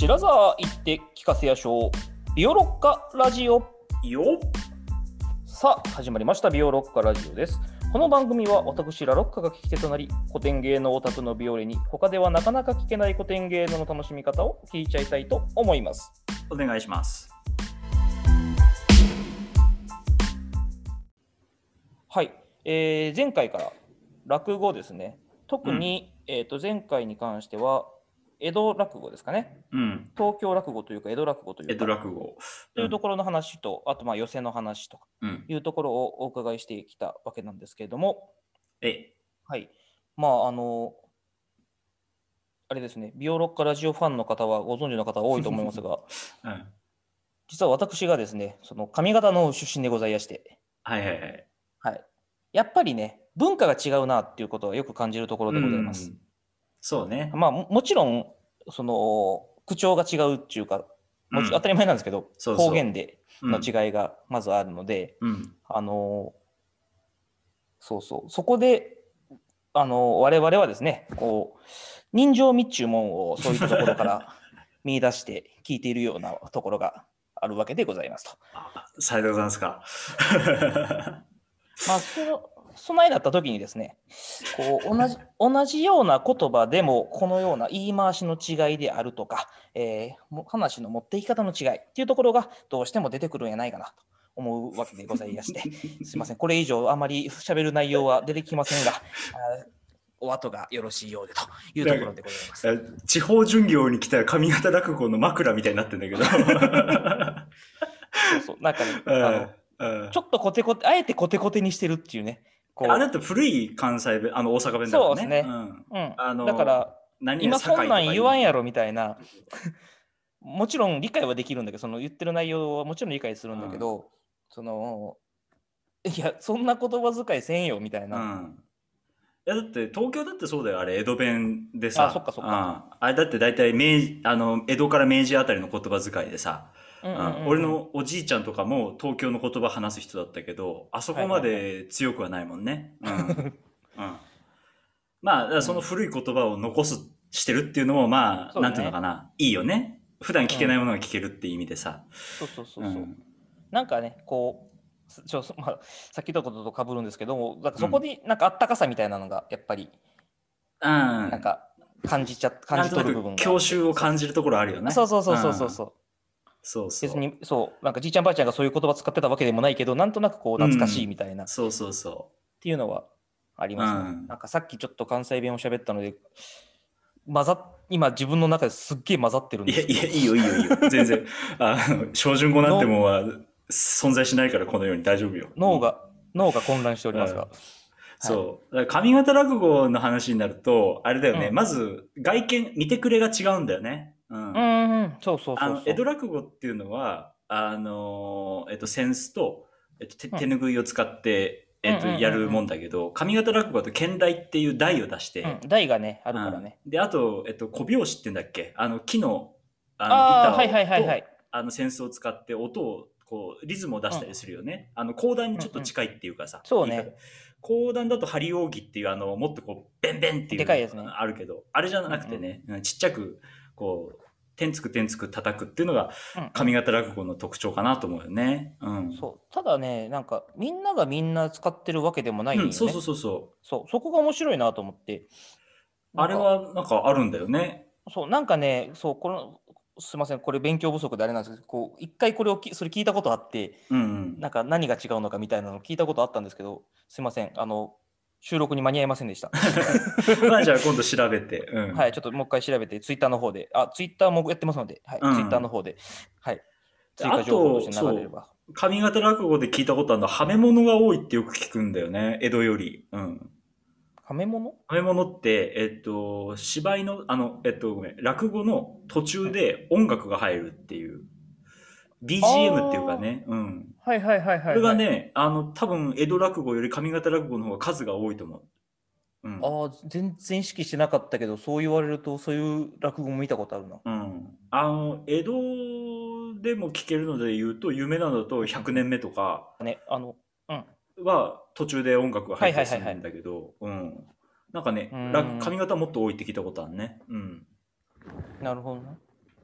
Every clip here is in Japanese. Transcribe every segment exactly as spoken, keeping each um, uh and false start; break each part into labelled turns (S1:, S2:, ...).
S1: 白沢行って聞かせやしょうビオロッカラジオ
S2: よっ。
S1: さあ始まりましたビオロッカラジオです。この番組は私ラロッカが聞き手となり、古典芸能オタクのビオレに他ではなかなか聞けない古典芸能の楽しみ方を聞いちゃいたいと思います。
S2: お願いします。
S1: はい、えー、前回から落語ですね。特に、うんえー、と前回に関しては江戸落語ですかね、
S2: うん、
S1: 東京落語というか江戸落語というか
S2: 江戸落語、
S1: というところの話と、あとまあ寄席の話とか
S2: うん
S1: いうところをお伺いしてきたわけなんですけれども、
S2: え
S1: はい、まああのあれですね、ビオロッカラジオファンの方はご存知の方多いと思いますが、
S2: うん、
S1: 実は私がですね、その上方の出身でございまして、
S2: はいはいはい、
S1: はい、やっぱりね文化が違うなっていうことはよく感じるところでございます。
S2: うん、そうね。
S1: まあ も, もちろんその口調が違うっていうか、もち、うん、当たり前なんですけど、そうそう方言での違いがまずあるので、
S2: うん、
S1: あのそうそうそこであの我々はですね、こう人情味っちゅうもんをそういったところから見出して聞いているようなところがあるわけでございますと。
S2: さようでございますか。
S1: まあその備えだった時にですね、こう同じ同じような言葉でもこのような言い回しの違いであるとか、えー、話の持っていき方の違いっていうところがどうしても出てくるんやないかなと思うわけでございまして、すいません、これ以上あまり喋る内容は出てきませんが、お後がよろしいようでというところでございます。
S2: 地方巡業に来た上方落語の枕みたいになってんだけど。
S1: そうそう、なんかね、あのちょっとコテコテ、あえてコテコテにしてるっていうね。
S2: こうあれだと古い関西弁、あの大阪弁だからね。
S1: そうですね。うん。うん、あのだから今そんなん言わんやろみたいな。もちろん理解はできるんだけど、その言ってる内容はもちろん理解するんだけど、うん、そのいやそんな言葉遣いせんよみたいな。うん、
S2: いやだって東京だってそうだよ、あれ江戸弁でさ。
S1: あ、そっかそっか。
S2: あ, あれだって大体明あの江戸から明治あたりの言葉遣いでさ。うんうんうんうん、俺のおじいちゃんとかも東京の言葉話す人だったけど、あそこまで強くはないもんね。まあその古い言葉を残すしてるっていうのもまあ、うん、なんていうのかな、いいよね。普段聞けないものが聞けるっていう意味でさ。
S1: うん、そうそうそうそう、うん、なんかねこうちょ、まあ、さっき言ったことと被るんですけども、だからそこでなんかあったかさみたいなのがやっぱり、うん、なんか感じちゃ感じ取る部分が、
S2: 郷愁を感じるところあるよね。
S1: そうそうそうそうそうそう、うん
S2: そうそう。
S1: 別にそうなんかじいちゃんばあちゃんがそういう言葉使ってたわけでもないけど、なんとなくこう懐かしいみたいな、うん、
S2: そうそうそう
S1: っていうのはありますね。うん、なんかさっきちょっと関西弁を喋ったので混ざ今自分の中ですっげえ混ざってるんですけど。
S2: いやいやいいよいいよいいよ全然あの標準語なんてもんは存在しないからこのように大丈夫よ。
S1: 脳が、うん、脳が混乱しておりますが。うん、
S2: そう。上方落語の話になると、あれだよね。うん、まず、外見、見てくれが違うんだよね。うん。
S1: うん、そうそうそうそう。
S2: あの、江戸落語っていうのは、あの、えっと、扇子と、えっと、手ぬぐいを使って、えっと、やるもんだけど、上方落語だと剣台っていう台を出して、
S1: うん、台がね、あるからね。
S2: うん、で、あと、えっと、小拍子って言うんだっけ、あの、木の、あの、板を、はいはいはいはい、あの、扇子を使って音を、こう、リズムを出したりするよね。うん、あの、講談にちょっと近いっていうかさ。うんうん、そうね。講談だと張扇っていう、あの、もっとこう、ベンベンっていう、でかいやつね。あるけど、あれじゃなくてね、うんうん、ちっちゃく、こう、天つく天つく叩くっていうのが上方落語の特徴かなと思うよね。うん。
S1: そう。ただね、なんかみんながみんな使ってるわけでもないよね。うん、
S2: そうそうそうそう。
S1: そう、そこが面白いなと思って。
S2: あれはなんかあるんだよね。
S1: そう、なんかね、そう、この、すいません、これ勉強不足であれなんですけど、こう一回これをきそれ聞いたことあって、うんうん、なんか何が違うのかみたいなの聞いたことあったんですけど、すいません、あの収録に間に合いませんでした。
S2: まあじゃあ今度調べて、
S1: うん、はい、ちょっともう一回調べて、ツイッターの方で、あ、ツイッターもやってますので、はい、うん、ツイッターの方で、はい、追加情報として流れれば。
S2: 上方落語で聞いたことあるのは、はめ物が多いってよく聞くんだよね、江戸より。うん。
S1: はめ物？
S2: はめ物って、えっと、芝居の、あの、えっと、ごめん、落語の途中で音楽が入るっていう。ビージーエム っていうかね、うん。
S1: はいはいはいはい、はい。
S2: これがね、あの、多分、江戸落語より上方落語の方が数が多いと思う。
S1: うん、ああ、全然意識してなかったけど、そう言われると、そういう落語も見たことあるな。
S2: うん。あの、江戸でも聞けるので言うと、有名なのだとひゃくねんめとか。
S1: ね、あの、うん。
S2: は途中で音楽が入ってするんだけど、うん。なんかね、上方もっと多いって聞いたことあるね。うん。
S1: なるほどね。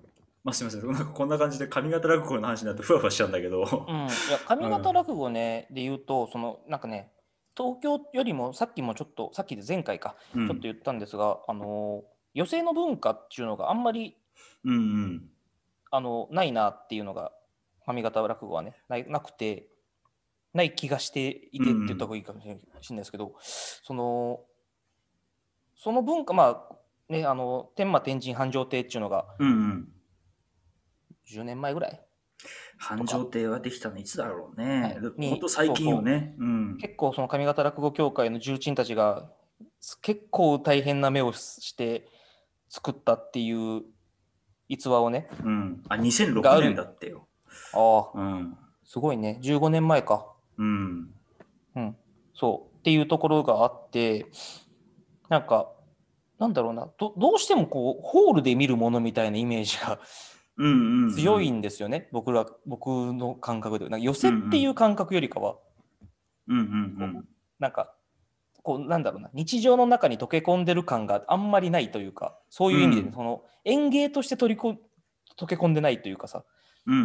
S2: まあ、すみません。なんかこんな感じで上方落語の話になってふわふわしちゃうんだけど。
S1: うん、いや上方落語ね、うん、で言うと、そのなんかね、東京よりもさっきもちょっと、さっきで前回か、うん、ちょっと言ったんですが、あの寄席の文化っていうのがあんまり、
S2: うんうん、
S1: あのないなっていうのが、上方落語はね、ななくて、ない気がしていてって言った方がいいかもしれないですけど、うんうん、その、その文化、まあね、あの天満天神繁昌亭っていうのが、
S2: うんうん、
S1: じゅうねんまえぐらい
S2: 繁昌亭はできたのいつだろうね。ほんと最近よね。
S1: そうそう、うん、結構その上方落語協会の重鎮たちが結構大変な目をして作ったっていう逸話をね。
S2: うん。あ、にせんろくねんだってよ。
S1: ああ、うん、すごいね。じゅうごねんまえか。
S2: うん。
S1: うん。そうっていうところがあって、なんかなんだろうな、どどうしてもこうホールで見るものみたいなイメージが強いんですよね、うんうんうん、僕ら僕の感覚で。なんか寄席っていう感覚よりかは、
S2: うんうんうん、
S1: なんかこうなんだろうな、日常の中に溶け込んでる感があんまりないというか、そういう意味で、ね、うん、その演芸として取りこ溶け込んでないというかさ、
S2: うんうん、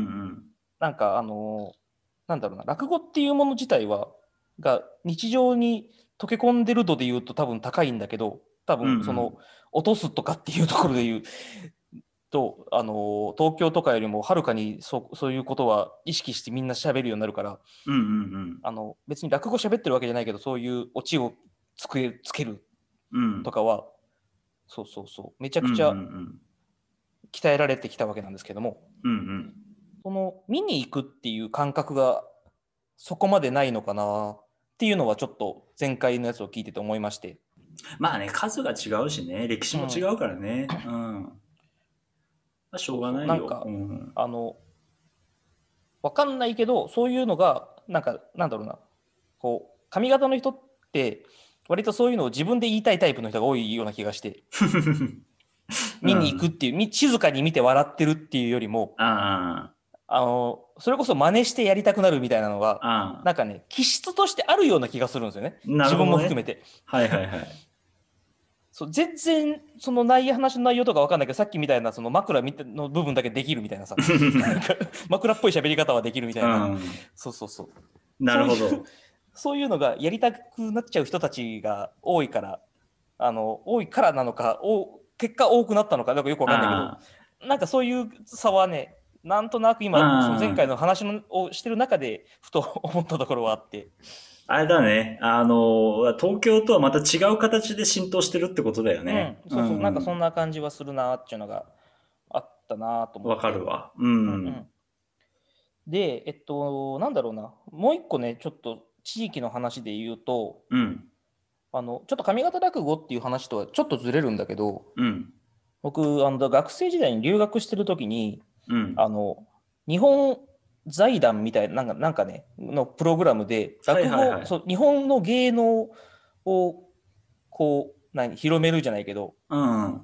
S1: なんかあのなんだろうな、落語っていうもの自体はが日常に溶け込んでる度でいうと多分高いんだけど、多分その、うんうん、落とすとかっていうところでいうと、あの東京とかよりもはるかに そ, そういうことは意識してみんな喋るようになるから、
S2: うんうんうん、
S1: あの別に落語喋ってるわけじゃないけど、そういうオチをつけつけるとかは、うん、そうそうそうめちゃくちゃ鍛えられてきたわけなんですけども、
S2: うんうん、
S1: その見に行くっていう感覚がそこまでないのかなっていうのはちょっと前回のやつを聞いてて思いまして。
S2: まあね、数が違うしね、歴史も違うからね。うん。うん、まあ、しょうがないよ。
S1: そうそう、なんか、うん、あの分かんないけど、そういうのがなんかなんだろうな、こう上方の人って割とそういうのを自分で言いたいタイプの人が多いような気がして見に行くっていう、うん、静かに見て笑ってるっていうよりも、ああのそれこそ真似してやりたくなるみたいなのがなんかね、気質としてあるような気がするんですよね。
S2: ね、
S1: 自分も含めて。
S2: はいはいはい。
S1: そう全然そのない話の内容とか分かんないけど、さっきみたいなその枕の部分だけできるみたいなさ枕っぽい喋り方はできるみたいな、うん、そうそうそう、
S2: なるほど、
S1: そういう、そういうのがやりたくなっちゃう人たちが多いから、あの多いからなのか、お結果多くなったのかなんかよく分かんないけど、なんかそういう差はね、なんとなく今その前回の話のをしてる中でふと思ったところはあって。
S2: あれだね。あの、東京とはまた違う形で浸透してるってことだよね。
S1: うん、そうそう、うん、なんかそんな感じはするなっていうのがあったなと思って。
S2: わかるわ。うん。うんうん、
S1: で、えっと、なんだろうな、もう一個ね、ちょっと地域の話で言うと、
S2: うん、
S1: あのちょっと上方落語っていう話とはちょっとずれるんだけど、
S2: うん、
S1: 僕あの、学生時代に留学してる時に、
S2: うん、
S1: あの日本財団みたいな、なんかなんかね、のプログラムで、落語、はいはいはい、そう日本の芸能をこう何広めるじゃないけど、
S2: うん、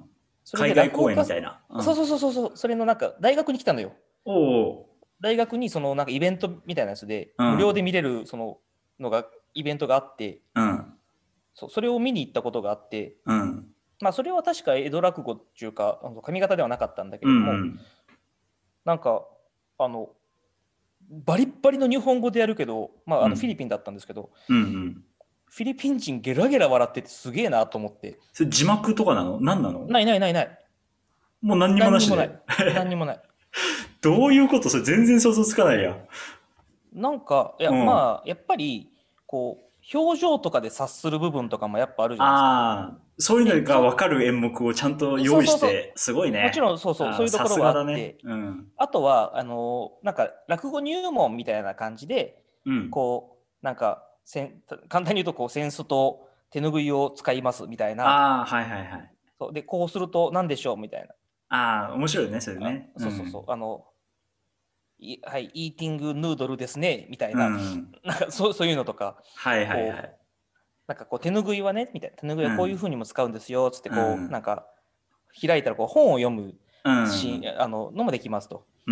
S2: それで海外公演みたいな、
S1: うん、そうそうそうそう、それのなんか大学に来たのよ。
S2: お
S1: 大学にそのなんかイベントみたいなやつで、うん、無料で見れるそののがイベントがあって、
S2: うん、
S1: そうそれを見に行ったことがあって、
S2: うん、
S1: まあそれは確か江戸落語っていうか上方ではなかったんだけれども、うん、なんかあのバリッバリの日本語でやるけど、まあ、あのフィリピンだったんですけど、
S2: うんうん、
S1: フィリピン人ゲラゲラ笑っててすげえなと思って。
S2: それ字幕とかなの？何なの？
S1: ないないないない。
S2: もう何にもなしで。
S1: 何にもない。何にもない。
S2: どういうこと？それ全然想像つかないや。
S1: なんかいや、うん、まあやっぱりこう表情とかで察する部分とかもやっぱあるじゃないですか。あ
S2: あ、そういうのが分かる演目をちゃんと用意して、そうそうそう、すごいね。
S1: もちろんそうそう、そういうところがあって、
S2: ね、うん、
S1: あとはあのなんか落語入門みたいな感じで、うん、こうなんかせん簡単に言うとこう扇子と手ぬぐいを使いますみたいな。
S2: ああ、はいはいはい。
S1: そうでこうすると何でしょうみたいな。
S2: ああ、面白いねそれね。
S1: そうそうそう、うん、あのはい、イーティングヌードルですねみたいな、うん、なんかそうそういうのとか、
S2: はいはいはい、
S1: なんかこう手ぬぐいはねみたいな、手ぬぐいはこういう風にも使うんですよつってこう、うん、なんか開いたらこう本を読むし、うん、あののもできますと。
S2: うんうん、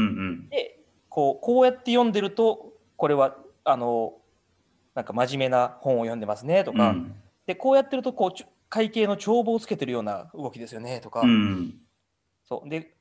S1: でこうこうやって読んでるとこれはあのなんか真面目な本を読んでますねとか、うん、でこうやってるとこう会計の帳簿をつけてるような動きですよねとか、うん、そうで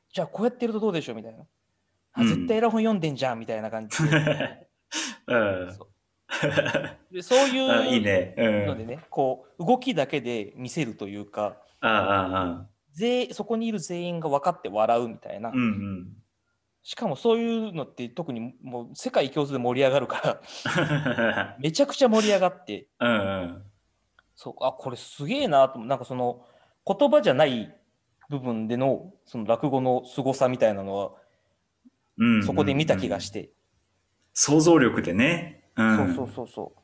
S1: じゃあこうやってるとどうでしょうみたいな。あ、絶対エラ本読んでんじゃんみたいな感じで。
S2: うん、
S1: そうでそういう
S2: いいね、
S1: のでね、こう動きだけで見せるというか、
S2: あああ
S1: 全そこにいる全員が分かって笑うみたいな。
S2: うんうん、
S1: しかもそういうのって特にもう世界共通で盛り上がるからめちゃくちゃ盛り上がって、
S2: うんうん、
S1: そうあこれすげえなと、なんかその言葉じゃない部分でのその落語の凄さみたいなのは、うんうんうん、そこで見た気がして、
S2: 想像力でね、
S1: うん、そうそうそうそう、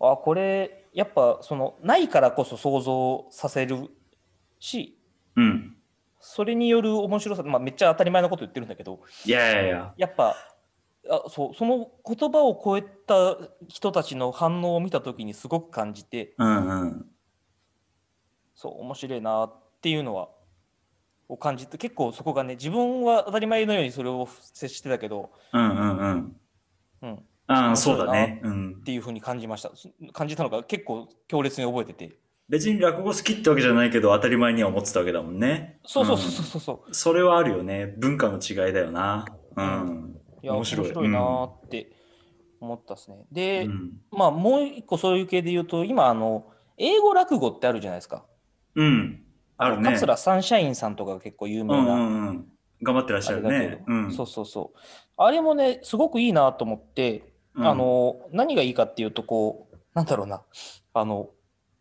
S1: あこれやっぱそのないからこそ想像させるし、
S2: うん、
S1: それによる面白さ、まあ、めっちゃ当たり前のこと言ってるんだけど、
S2: いやいやいや、
S1: やっぱあそうその言葉を超えた人たちの反応を見た時にすごく感じて、
S2: うんうん、
S1: そう面白いなっていうのはを感じて、結構そこがね、自分は当たり前のようにそれを接してたけど、
S2: うんうんうん、
S1: うん、
S2: ああ
S1: 面
S2: そうだね、
S1: 白いなっ
S2: うん、
S1: ていうふうに感じました。感じたのが結構強烈に覚えてて。
S2: 別に落語好きってわけじゃないけど当たり前には思ってたわけだもんね。
S1: そうそうそうそうそう。
S2: それはあるよね。文化の違いだよな。う
S1: うん、
S2: ん。
S1: いや
S2: 面白い。
S1: 面白いな
S2: うん。
S1: って思ったですね。で、
S2: うん。
S1: まあもう一個そういう系で言うと、今あの英語落語ってあるじゃないですか。
S2: うん。
S1: あの
S2: あるね。
S1: 桂サンシャインさんとかが結構有
S2: うんう
S1: 名な
S2: んうん。頑張ってらっし
S1: あ
S2: ゃるね。
S1: れだけど、
S2: うん。
S1: そうそうそう。あれもね、すごくいいなと思って、あ
S2: うん。
S1: の、何がいいかっていうと、こう、なんだろうな、あの、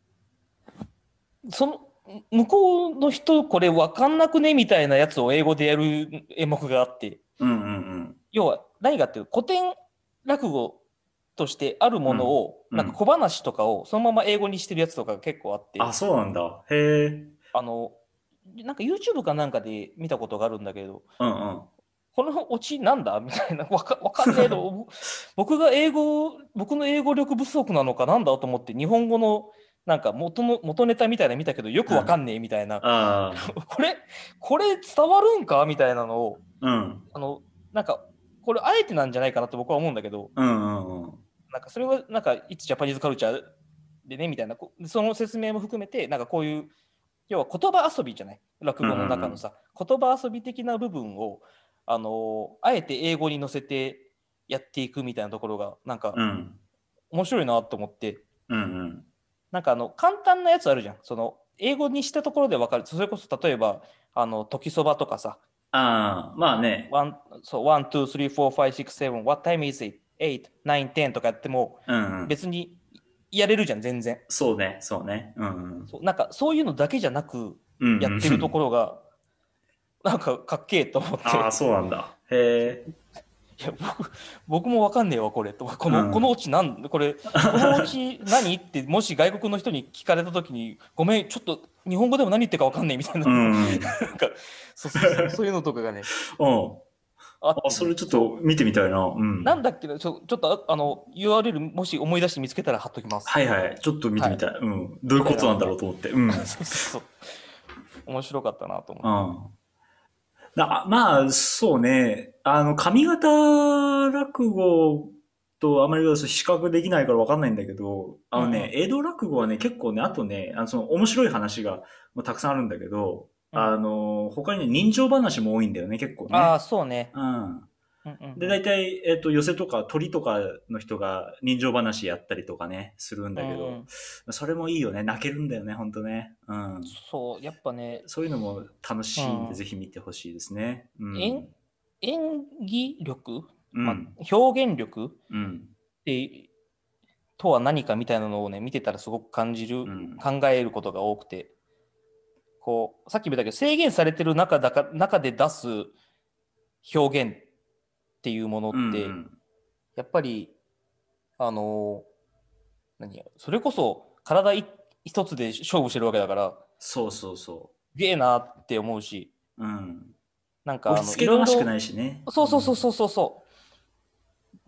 S1: その、向こうの人、これ分かんなくねみたいなやつを英語でやる演目があって、
S2: うんうん
S1: 要は何かっていう古典落語としてある
S2: うん。うん。
S1: ものを、
S2: うん。
S1: なんか小話とかをそのまま英語にしてるやつとかが結構あっ
S2: あ、
S1: て、
S2: そうなんだ。へえ。
S1: あの、なんか YouTube かなんかで見たことがあるんだけど、
S2: うんうん。
S1: このオチなんだみたいな、わかわかんねえの。僕が英語、僕の英語力不足なのかなんだと思って、日本語のなんか元の元ネタみたいなの見たけど、よくわかんねえみたいな。
S2: ああ。
S1: これ、これ伝わるんかみたいなのを、
S2: うん。
S1: あの、なんか、これあえてなんじゃないかなと僕は思うんだけど、
S2: うんうんうん。
S1: なんかそれはなんか、いつジャパニーズカルチャーでね、みたいな、その説明も含めて、なんかこういう、要は言葉遊びじゃない、落語の中のさ、言葉遊び的な部分を、あのあえて英語に乗せてやっていくみたいなところが、なんか、面白いなと思って、
S2: うんうん、
S1: なんかあの、簡単なやつあるじゃん。その、英語にしたところで分かる。それこそ例えば、あの、時そばとかさ、
S2: ああ、まあね。
S1: ワン、そう、ワン、ツー、スリー、フォー、ファイブ、シックス、セブン、what time is it? エイト、ナイン、テンとかやっても、
S2: うんうん。
S1: 別にやれるじゃん、全然。
S2: そうね、そうね。うんうん。
S1: そう、なんか、そういうのだけじゃなく、
S2: うんうん
S1: やってるところが、なんかかっけえと思っ
S2: ああ、
S1: て。
S2: そうなんだ。へえ。
S1: いや僕僕もわかんねえわこれと、この、
S2: うん、
S1: このオチなんこれこのオチ何ってもし外国の人に聞かれた時に、ごめんちょっと日本語でも何言ってるかわかんねえみたいな、
S2: うん、
S1: なんかそうそうそうそういうのとかがね
S2: うん。あ、
S1: あってね、
S2: それちょっと見てみたいな。うん。
S1: なんだっけな、ちょちょっとあの ユーアールエル もし思い出して見つけたら貼っときます。
S2: はいはい。ちょっと見て
S1: はい、
S2: みたい。うん。どういうことなんだろうと思って。うん。
S1: そうそうそう面白かったなと思って。
S2: うん。なまあ、そうね。あの、上方落語とあまり比較できないからわかんないんだけど、あのね、
S1: うん
S2: 江戸落語はね、結構ね、あとね、あの、その面白い話がもうたくさんあるんだけど、
S1: うん、
S2: あの、他にね、人情話も多いんだよね、結構
S1: ああ
S2: ね。
S1: そうね、
S2: うん。
S1: うんうん
S2: で、
S1: うん
S2: 大体、えっと、寄席とか鳥とかの人が人情話やったりとかね、するん
S1: う
S2: だけど、
S1: ん、
S2: それもいいよね。泣けるんだよね、ほんとね。うん。
S1: そうやっぱね、
S2: そういうのも楽しいんで、
S1: うん、
S2: ぜひ見てほしいですね。う
S1: 演
S2: ん。
S1: 演技力、ま
S2: うん。
S1: あ、表現力っ
S2: うん。
S1: てとは何かみたいなのをね見てたらすごく感じる、
S2: うん。
S1: 考えることが多くて、こうさっきも言ったけど制限されてる中だか中で出す表現っていうもの
S2: うん。う
S1: って
S2: ん。
S1: やっぱりあの何やそれこそ体一つで勝負してるわけだから、
S2: そうそうそ
S1: すげえなって思うし、
S2: う。うん。
S1: なんかあのい
S2: 押し付けが
S1: ろいろ、
S2: ましくないしね。
S1: そうそうそう
S2: うん。
S1: そうそうそう、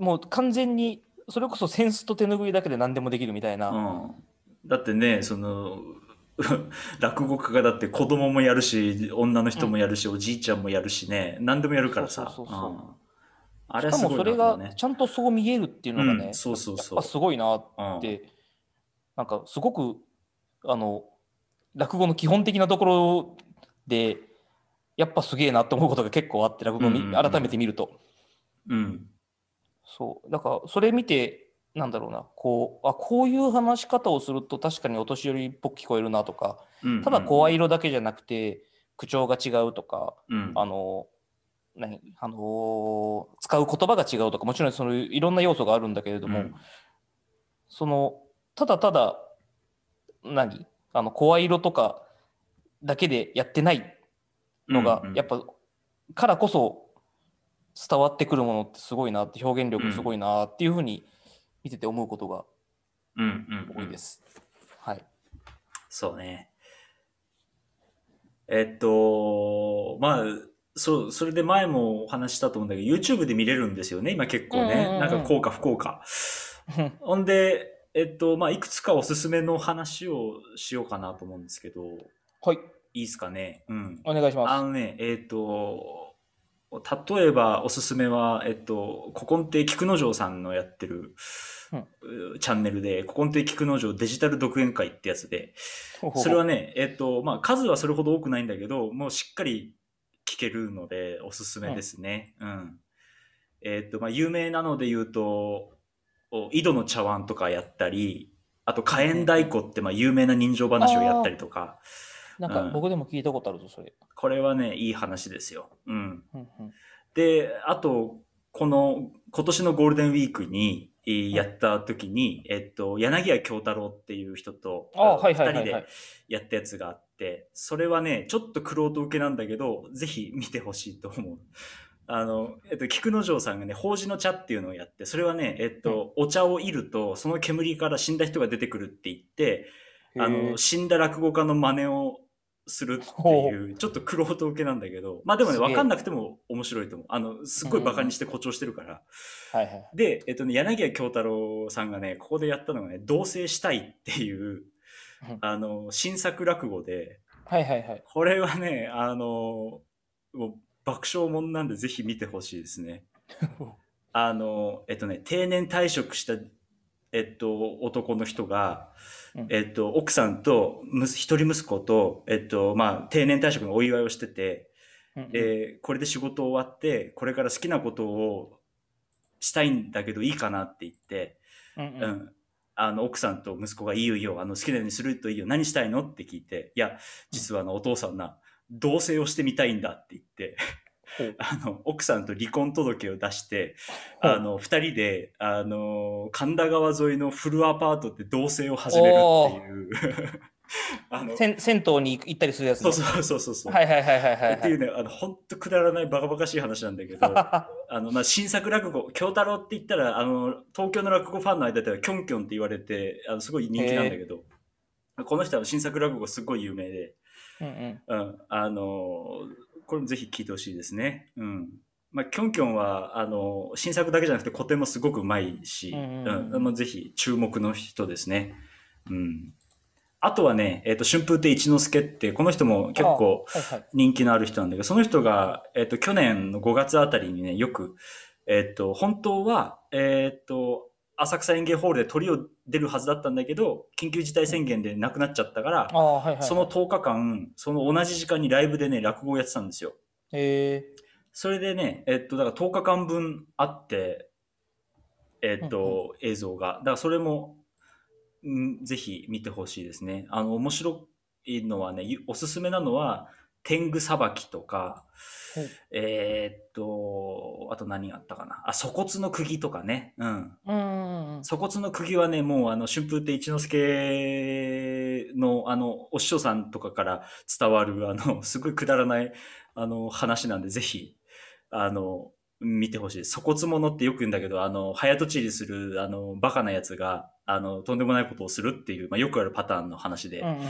S1: もう完全にそれこそセンスと手拭いだけで何でもできるみたいな。
S2: うん。だってね、その、落語家がだって子供もやるし、女の
S1: うん、
S2: 人もやるし、おじいちゃんもやるしね、何でもやるか
S1: そうそう
S2: らさ。うん。
S1: そうそう。
S2: あ
S1: しかも
S2: れはすごい
S1: それが
S2: なと思うね。
S1: ちゃんとそう見えるっていう
S2: うん、
S1: のがね、
S2: そうそう
S1: やっぱ
S2: そ
S1: すごいなっ
S2: う。うん。
S1: て、なんかすごく、あの、落語の基本的なところで、 やっぱすげえなって思うことが結構あって、落語を見、うんうんうん、改めて見ると。
S2: うん。
S1: そう。だから、それ見て、なんだろうな、こう、あ、こういう話し方をすると確かにお年寄りっぽく聞こえるなとか、
S2: うんうんうん、
S1: ただ声色だけじゃなくて、口調が違うとか、
S2: うん、
S1: あの、何あのー、使う言葉が違うとか、もちろんそのいろんな要素があるんだけれども、うん、その、ただただ、何あの、声色とかだけでやってないのが、やっぱ、からこそ伝わってくるものってすごいなって、表現力すごいなっていうふうに見てて思うことが多いです。はい。
S2: そうね。えっと、まあ、そう、それで前もお話したと思うんだけど、YouTube で見れるんですよね、今結構ね。うんうんうん、なんか効果不効果。ほんで、えっと、まあ、いくつかおすすめの話をしようかなと思うんですけど。
S1: はい。
S2: いいですかね。うん。
S1: お願いします。
S2: あのね、えっと、例えばおすすめは、えっと、古今亭菊之丞さんのやってる、うん、チャンネルで、古今亭菊之丞デジタル独演会ってやつで、それはね、えっと、まあ、数はそれほど多くないんだけど、もうしっかり聞けるので、おすすめですね。うん。うん、えっと、まあ、有名なので言うと、井戸の茶碗とかやったり、あと火炎太鼓ってまあ有名な人情話をやったりとか。
S1: なんか僕でも聞いたことあるぞ、それ。
S2: これはね、いい話ですよ。うん。で、あと、この、今年のゴールデンウィークにやった時に、えっと、柳家京太郎っていう人と、二人でやったやつがあって、それはね、ちょっと玄人受けなんだけど、ぜひ見てほしいと思う。あの、えっと、菊之丞さんがね、法事の茶っていうのをやって、それはね、えっと、うん、お茶をいると、その煙から死んだ人が出てくるって言って、あの、死んだ落語家の真似をするっていう、ちょっと玄人受けなんだけど、まあでもね、わかんなくても面白いと思う。あの、すっごいバカにして誇張してるから。
S1: はいはい。
S2: で、えっとね、柳家京太郎さんがね、ここでやったのがね、同棲したいっていう、あの、新作落語で、
S1: はいはいはい。
S2: これはね、あの、もう爆笑もんなんでぜひ見てほしいですね。あの、えっとね、定年退職した、えっと、男の人が、うん、えっと、奥さんと、一人息子と、えっと、まあ、定年退職のお祝いをしてて、うんうん、で、これで仕事終わって、これから好きなことをしたいんだけどいいかなって言って、うん、うんうん、あの、奥さんと息子がいいよいいよ、あの、好きなようにするといいよ、何したいのって聞いて、いや、実はあの、お父さんな、同棲をしてみたいんだって言って、あの、奥さんと離婚届を出して、あの、二人で、あの、神田川沿いのフルアパートで同棲を始めるっていう。
S1: あの銭湯に行ったりするやつ、
S2: ね、そうそうそうそう。
S1: はいはいはいはいはい、はい。
S2: っていうね、あの、ほんとくだらないバカバカしい話なんだけど、あの、まあ、新作落語、京太郎って言ったら、あの、東京の落語ファンの間ではキョンキョンって言われて、あの、すごい人気なんだけど、この人は新作落語すごい有名で、うん、うん、うん、あの、これもぜひ聞いてほしいですね。うん。まあ、キョンキョンは、あの、新作だけじゃなくて古典もすごくうまいし、うん、うんうん、ぜひ注目の人ですね。うん。あとはね、えっと、春風亭一之輔って、この人も結構人気のある人なんだけど、その人が、えっと、去年のごがつあたりにね、よく、えっと、本当は、えっと、浅草園芸ホールで鳥を出るはずだったんだけど、緊急事態宣言で亡くなっちゃったから、うんはいはいはい、そのとおかかん、その同じ時間にライブでね、落語をやってたんですよ。へー。それでね、えっと、だからとおかかんぶんあって、えっと、うんうん、映像が。だからそれも、んぜひ見てほしいですね。あの、面白いのはね、おすすめなのは、天狗さばきとか、うん、えー、っと、あと何があったかな。あ、粗骨の釘とかね。うん。うんうん、粗骨の釘はね、もうあの、春風亭一之輔の、あの、お師匠さんとかから伝わる、あの、すごいくだらない、あの、話なんで、ぜひ、あの、見てほしい。粗骨者ってよく言うんだけど、あの、早とちりする、あの、バカなやつが、あの、とんでもないことをするっていう、まあ、よくあるパターンの話で、うんうん、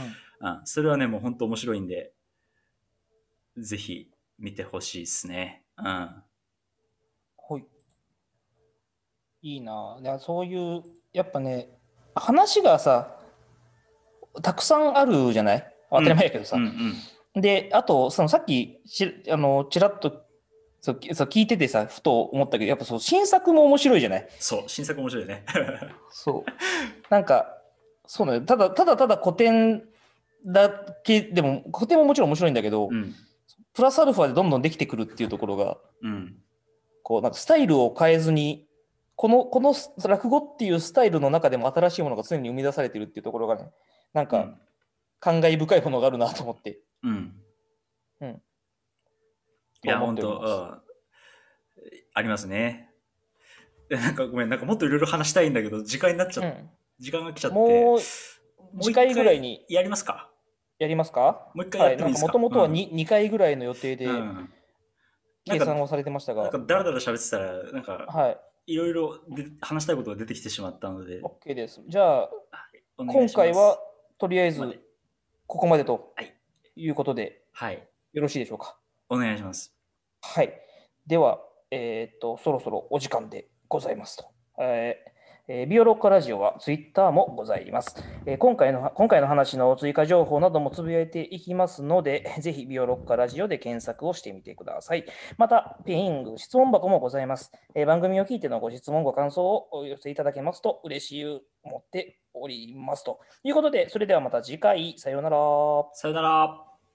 S2: それはね、もう本当面白いんで、ぜひ見てほしいですね。うん。は
S1: い。いいなぁ。そういう、やっぱね、話がさ、たくさんあるじゃない？当たり前やけどさ。うんうんうん、で、あと、そのさっきち、あの、ちらっとそうそう聞いててさ、ふと思ったけど、やっぱそう、新作も面白いじゃない？
S2: そう、新作面白いね。
S1: そう。なんか、そうね、ただ、ただただ古典だけ、でも、古典ももちろん面白いんだけど、うん、 プラスアルファでどんどんできてくるっていうところが、
S2: うん、
S1: こうなんかスタイルを変えずに、このこの落語っていうスタイルの中でも新しいものが常に生み出されてるっていうところがね、なんか感慨深いものがあるなと思って。
S2: うん。
S1: うん。
S2: いや、本当、うん、ありますね。なんかごめん、なんかもっといろいろ話したいんだけど、時間になっちゃっ、うん、時間が来ちゃって。も
S1: う、次回ぐらいに。
S2: やりますか
S1: やりますか
S2: もう一回やってもいいですか。
S1: もともとは 2,、うん、にかいぐらいの予定で計算をされてましたが。
S2: なんかだらだら喋ってたら、なんか、はい、いろいろ話したいことが出てきてしまったので。
S1: OK です。じゃあ、今回はとりあえずここまでということで、はい、よろしいでしょうか。
S2: お願いします。
S1: はい。では、えー、っと、そろそろお時間でございますと。えーえー、ビオロッカラジオはツイッターもございます、えー今回の。今回の話の追加情報などもつぶやいていきますので、ぜひビオロッカラジオで検索をしてみてください。また、ペイング質問箱もございます、えー。番組を聞いてのご質問、ご感想をお寄せいただけますと嬉しい思っておりますということで、それではまた次回、さようなら。
S2: さようなら。